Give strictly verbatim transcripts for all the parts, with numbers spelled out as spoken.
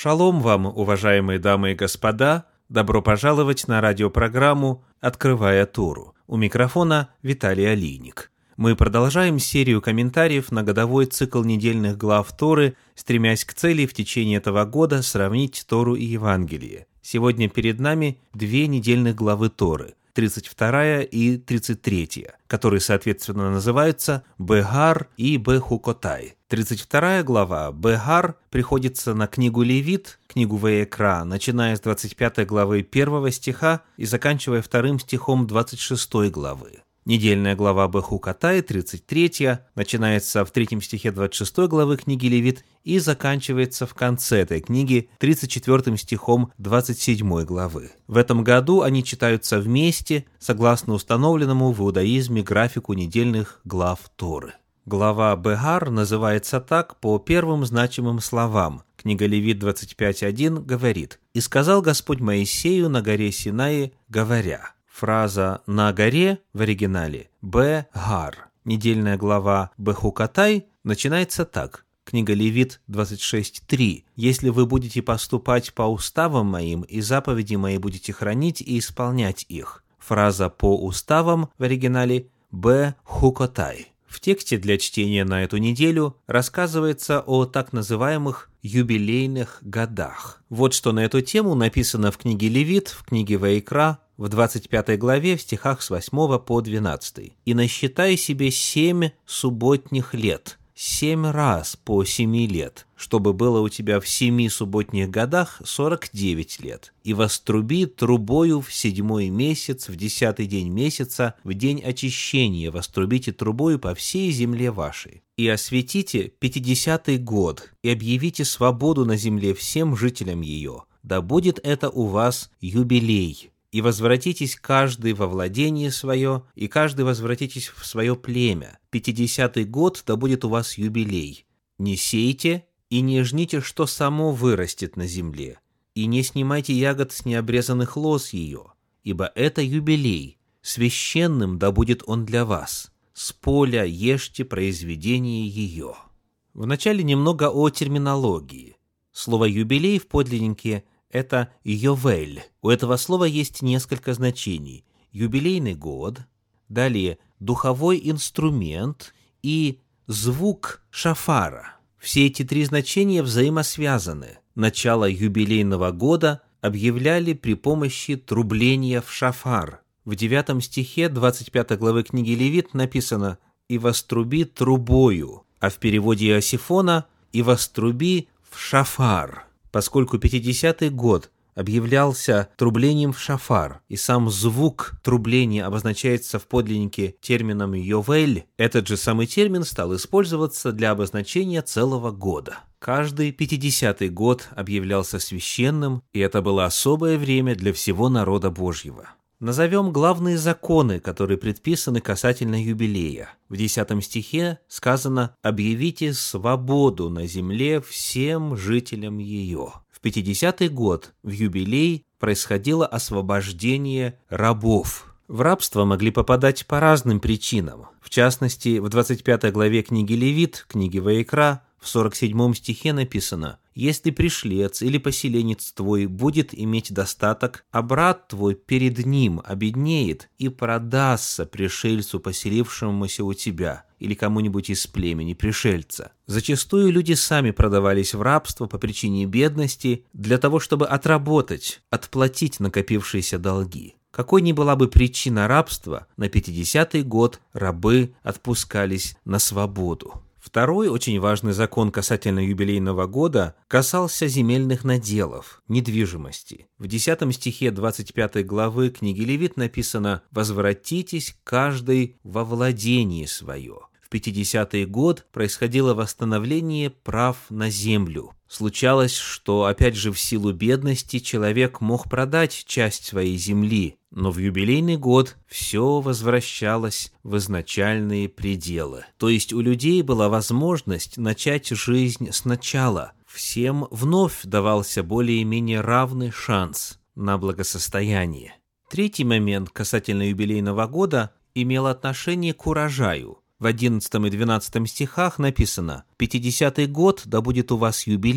Шалом вам, уважаемые дамы и господа! Добро пожаловать на радиопрограмму «Открывая Тору». У микрофона Виталий Алийник. Мы продолжаем серию комментариев на годовой цикл недельных глав Торы, стремясь к цели в течение этого года сравнить Тору и Евангелие. Сегодня перед нами две недельных главы Торы, тридцать вторая и тридцать третья, которые, соответственно, называются Бегар и Бехукотай. тридцать вторая глава Бегар приходится на книгу Левит, книгу Ваекра, начиная с двадцать пятой главы первого стиха и заканчивая вторым стихом двадцать шестой главы. Недельная глава Бехукотай, тридцать третья, начинается в третьем стихе двадцать шестой главы книги Левит и заканчивается в конце этой книги тридцать четвёртым стихом двадцать седьмой главы. В этом году они читаются вместе, согласно установленному в иудаизме графику недельных глав Торы. Глава Бегар называется так по первым значимым словам. Книга Левит двадцать пять один говорит: «И сказал Господь Моисею на горе Синае, говоря». Фраза «на горе» в оригинале «Бегар». Недельная глава Бехукотай начинается так. Книга Левит двадцать шесть три. «Если вы будете поступать по уставам моим, и заповеди мои будете хранить и исполнять их». Фраза «по уставам» в оригинале «Бехукотай». В тексте для чтения на эту неделю рассказывается о так называемых юбилейных годах. Вот что на эту тему написано в книге Левит, в книге Ваекра, в двадцать пятой главе, в стихах с восьмого по двенадцатый. «И насчитай себе семь субботних лет, семь раз по семи лет, чтобы было у тебя в семи субботних годах сорок девять лет. И воструби трубою в седьмой месяц, в десятый день месяца, в день очищения вострубите трубою по всей земле вашей. И осветите пятидесятый год, и объявите свободу на земле всем жителям ее. Да будет это у вас юбилей. И возвратитесь каждый во владение свое, и каждый возвратитесь в свое племя. Пятидесятый год, да будет у вас юбилей. Не сейте и не жните, что само вырастет на земле, и не снимайте ягод с необрезанных лоз ее, ибо это юбилей, священным да будет он для вас. С поля ешьте произведение ее». Вначале немного о терминологии. Слово «юбилей» в подлиннике – это «йовель». У этого слова есть несколько значений. Юбилейный год, далее духовой инструмент и звук шафара. Все эти три значения взаимосвязаны. Начало юбилейного года объявляли при помощи трубления в шафар. В девятом стихе двадцать пятой главы книги Левит написано «и воструби трубою», а в переводе Иосифона «и воструби в шафар». Поскольку пятидесятый год объявлялся трублением в шафар, и сам звук трубления обозначается в подлиннике термином «йовель», этот же самый термин стал использоваться для обозначения целого года. Каждый пятидесятый год объявлялся священным, и это было особое время для всего народа Божьего. Назовем главные законы, которые предписаны касательно юбилея. В десятом стихе сказано «объявите свободу на земле всем жителям ее». В пятидесятый год, в юбилей, происходило освобождение рабов. В рабство могли попадать по разным причинам. В частности, в двадцать пятой главе книги Левит, книги Ваекра, в сорок седьмом стихе написано: «Если пришлец или поселенец твой будет иметь достаток, а брат твой перед ним обеднеет и продастся пришельцу, поселившемуся у тебя, или кому-нибудь из племени пришельца». Зачастую люди сами продавались в рабство по причине бедности для того, чтобы отработать, отплатить накопившиеся долги. Какой ни была бы причина рабства, на пятидесятый год рабы отпускались на свободу. Второй очень важный закон касательно юбилейного года касался земельных наделов, недвижимости. В десятом стихе двадцать пятой главы книги Левит написано «возвратитесь каждый во владение свое». В пятидесятый год происходило восстановление прав на землю. Случалось, что, опять же, в силу бедности человек мог продать часть своей земли, но в юбилейный год все возвращалось в изначальные пределы. То есть у людей была возможность начать жизнь сначала. Всем вновь давался более-менее равный шанс на благосостояние. Третий момент касательно юбилейного года имел отношение к урожаю. В одиннадцатом и двенадцатом стихах написано: «Пятидесятый год, да будет у вас юбилей,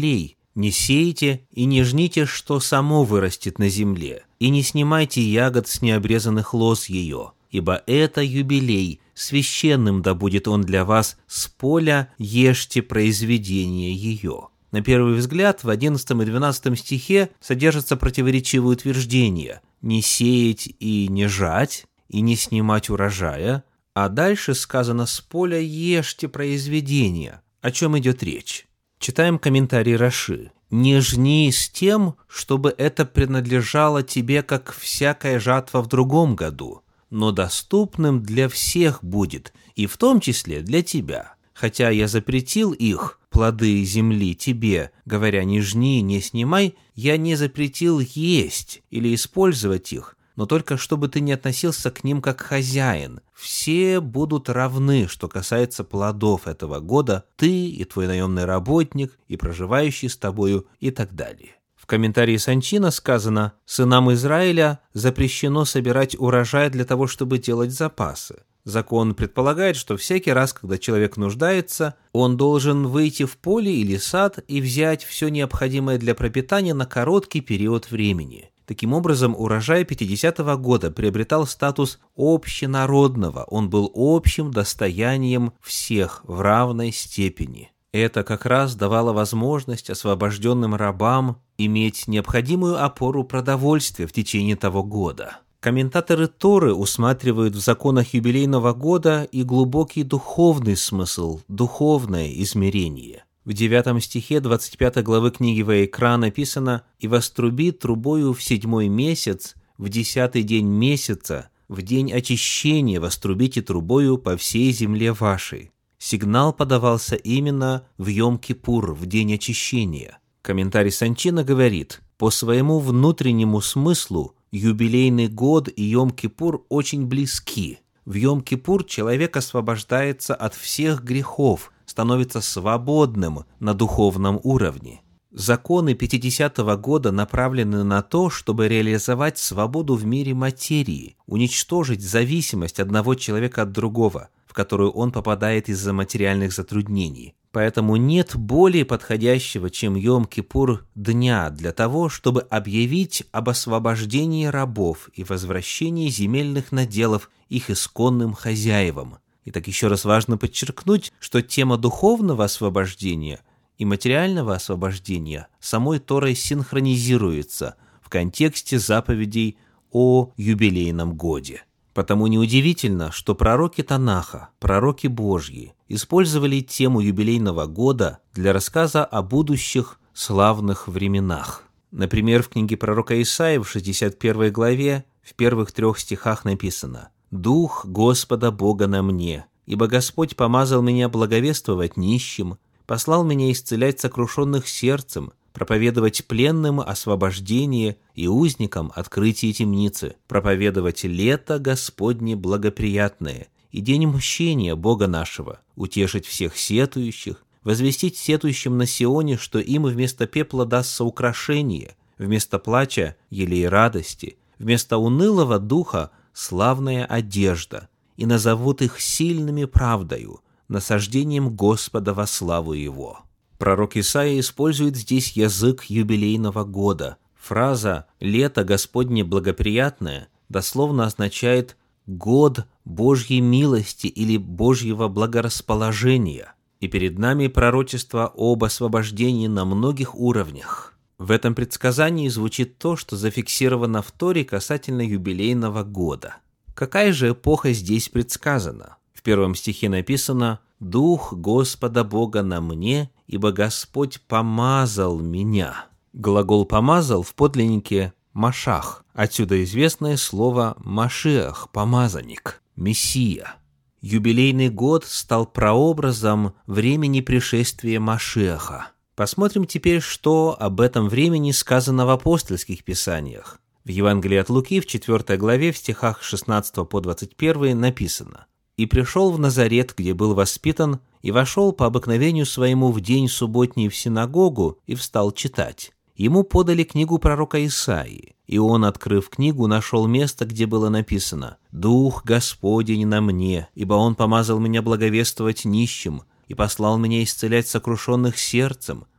Не сейте и не жните, что само вырастет на земле, и не снимайте ягод с необрезанных лоз ее, ибо это юбилей, священным да будет он для вас, с поля ешьте произведение ее». На первый взгляд, в одиннадцатом и двенадцатом стихе содержатся противоречивые утверждения: «не сеять и не жать, и не снимать урожая», а дальше сказано «с поля ешьте произведения». О чем идет речь? Читаем комментарий Раши. «Не жни с тем, чтобы это принадлежало тебе, как всякая жатва в другом году, но доступным для всех будет, и в том числе для тебя. Хотя я запретил их, плоды земли, тебе, говоря, не жни, не снимай, я не запретил есть или использовать их, но только чтобы ты не относился к ним как хозяин. Все будут равны, что касается плодов этого года, ты и твой наемный работник, и проживающий с тобою, и так далее». В комментарии Санчина сказано: «Сынам Израиля запрещено собирать урожай для того, чтобы делать запасы. Закон предполагает, что всякий раз, когда человек нуждается, он должен выйти в поле или сад и взять все необходимое для пропитания на короткий период времени». Таким образом, урожай пятидесятого года приобретал статус общенародного, он был общим достоянием всех в равной степени. Это как раз давало возможность освобожденным рабам иметь необходимую опору продовольствия в течение того года. Комментаторы Торы усматривают в законах юбилейного года и глубокий духовный смысл, духовное измерение. В девятом стихе двадцать пятой главы книги Ваикра написано: «И воструби трубою в седьмой месяц, в десятый день месяца, в день очищения вострубите трубою по всей земле вашей». Сигнал подавался именно в Йом-Кипур, в день очищения. Комментарий Санчина говорит: «По своему внутреннему смыслу юбилейный год и Йом-Кипур очень близки. В Йом-Кипур человек освобождается от всех грехов, становится свободным на духовном уровне. Законы пятидесятого года направлены на то, чтобы реализовать свободу в мире материи, уничтожить зависимость одного человека от другого, в которую он попадает из-за материальных затруднений. Поэтому нет более подходящего, чем Йом-Кипур, дня для того, чтобы объявить об освобождении рабов и возвращении земельных наделов их исконным хозяевам. Итак, еще раз важно подчеркнуть, что тема духовного освобождения и материального освобождения самой Торой синхронизируется в контексте заповедей о юбилейном годе. Потому неудивительно, что пророки Танаха, пророки Божьи, использовали тему юбилейного года для рассказа о будущих славных временах. Например, в книге пророка Исаии в шестьдесят первой главе в первых трех стихах написано: «Дух Господа Бога на мне, ибо Господь помазал меня благовествовать нищим, послал меня исцелять сокрушенных сердцем, проповедовать пленным освобождение и узникам открытие темницы, проповедовать лето Господне благоприятное и день мщения Бога нашего, утешить всех сетующих, возвестить сетующим на Сионе, что им вместо пепла дастся украшение, вместо плача – елей радости, вместо унылого духа – славная одежда, и назовут их сильными правдою, насаждением Господа во славу Его». Пророк Исаия использует здесь язык юбилейного года. Фраза «лето Господне благоприятное» дословно означает «год Божьей милости» или «Божьего благорасположения». И перед нами пророчество об освобождении на многих уровнях. В этом предсказании звучит то, что зафиксировано в Торе касательно юбилейного года. Какая же эпоха здесь предсказана? В первом стихе написано: «Дух Господа Бога на мне, ибо Господь помазал меня». Глагол «помазал» в подлиннике «машах». Отсюда известное слово «машиах» – «помазанник», «мессия». Юбилейный год стал прообразом времени пришествия Машиаха. Посмотрим теперь, что об этом времени сказано в апостольских писаниях. В Евангелии от Луки в четвёртой главе в стихах с шестнадцатого по двадцать первый написано: «И пришел в Назарет, где был воспитан, и вошел по обыкновению своему в день субботний в синагогу и встал читать. Ему подали книгу пророка Исаии, и он, открыв книгу, нашел место, где было написано: «Дух Господень на мне, ибо Он помазал меня благовествовать нищим, и послал меня исцелять сокрушенных сердцем,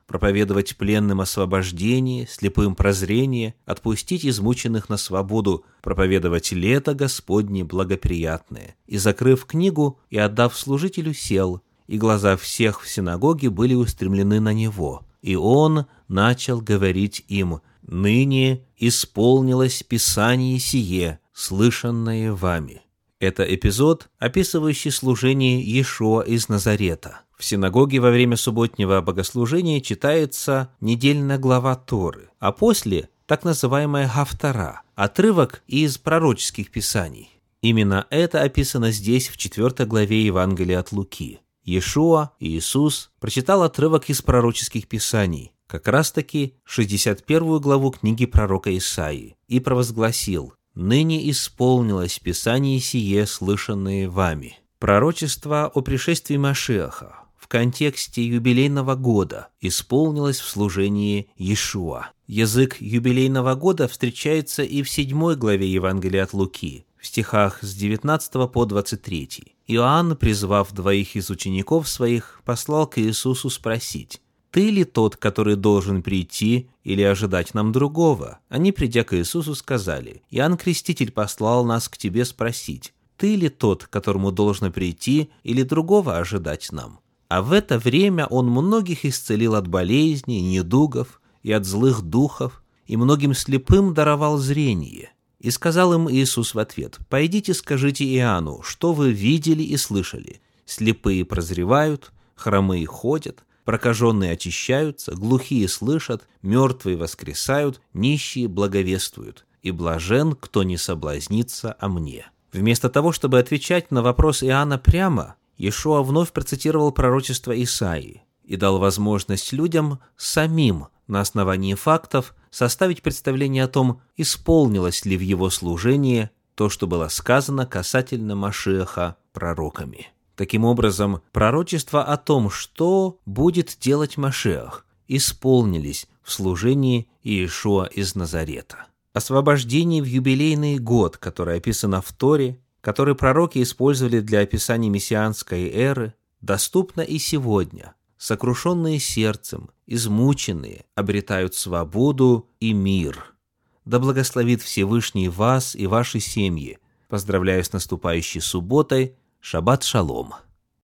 проповедовать пленным освобождение, слепым прозрение, отпустить измученных на свободу, проповедовать лето Господне благоприятное. И, закрыв книгу и отдав служителю, сел, и глаза всех в синагоге были устремлены на него. И он начал говорить им: «Ныне исполнилось Писание сие, слышанное вами». Это эпизод, описывающий служение Иешуа из Назарета. В синагоге во время субботнего богослужения читается недельная глава Торы, а после – так называемая Хафтара, отрывок из пророческих писаний. Именно это описано здесь, в четвёртой главе Евангелия от Луки. Иешуа, Иисус, прочитал отрывок из пророческих писаний, как раз-таки шестьдесят первую главу книги пророка Исаии, и провозгласил: «Ныне исполнилось Писание сие, слышанное вами». Пророчество о пришествии Машиаха в контексте юбилейного года исполнилось в служении Иешуа. Язык юбилейного года встречается и в седьмой главе Евангелия от Луки, в стихах с девятнадцатого по двадцать третий. Иоанн, призвав двоих из учеников своих, послал к Иисусу спросить: «Ты ли тот, который должен прийти, или ожидать нам другого?» Они, придя к Иисусу, сказали: «Иоанн Креститель послал нас к тебе спросить: ты ли тот, которому должно прийти, или другого ожидать нам?» А в это время он многих исцелил от болезней, недугов и от злых духов, и многим слепым даровал зрение. И сказал им Иисус в ответ: «Пойдите, скажите Иоанну, что вы видели и слышали. Слепые прозревают, хромые ходят, прокаженные очищаются, глухие слышат, мертвые воскресают, нищие благовествуют, и блажен, кто не соблазнится о мне». Вместо того, чтобы отвечать на вопрос Иоанна прямо, Иешуа вновь процитировал пророчество Исаии и дал возможность людям самим на основании фактов составить представление о том, исполнилось ли в его служении то, что было сказано касательно Машиаха пророками. Таким образом, пророчества о том, что будет делать Машиах, исполнились в служении Иешуа из Назарета. Освобождение в юбилейный год, которое описано в Торе, который пророки использовали для описания мессианской эры, доступно и сегодня. Сокрушенные сердцем, измученные, обретают свободу и мир. Да благословит Всевышний вас и ваши семьи. Поздравляю с наступающей субботой. Шаббат шалом.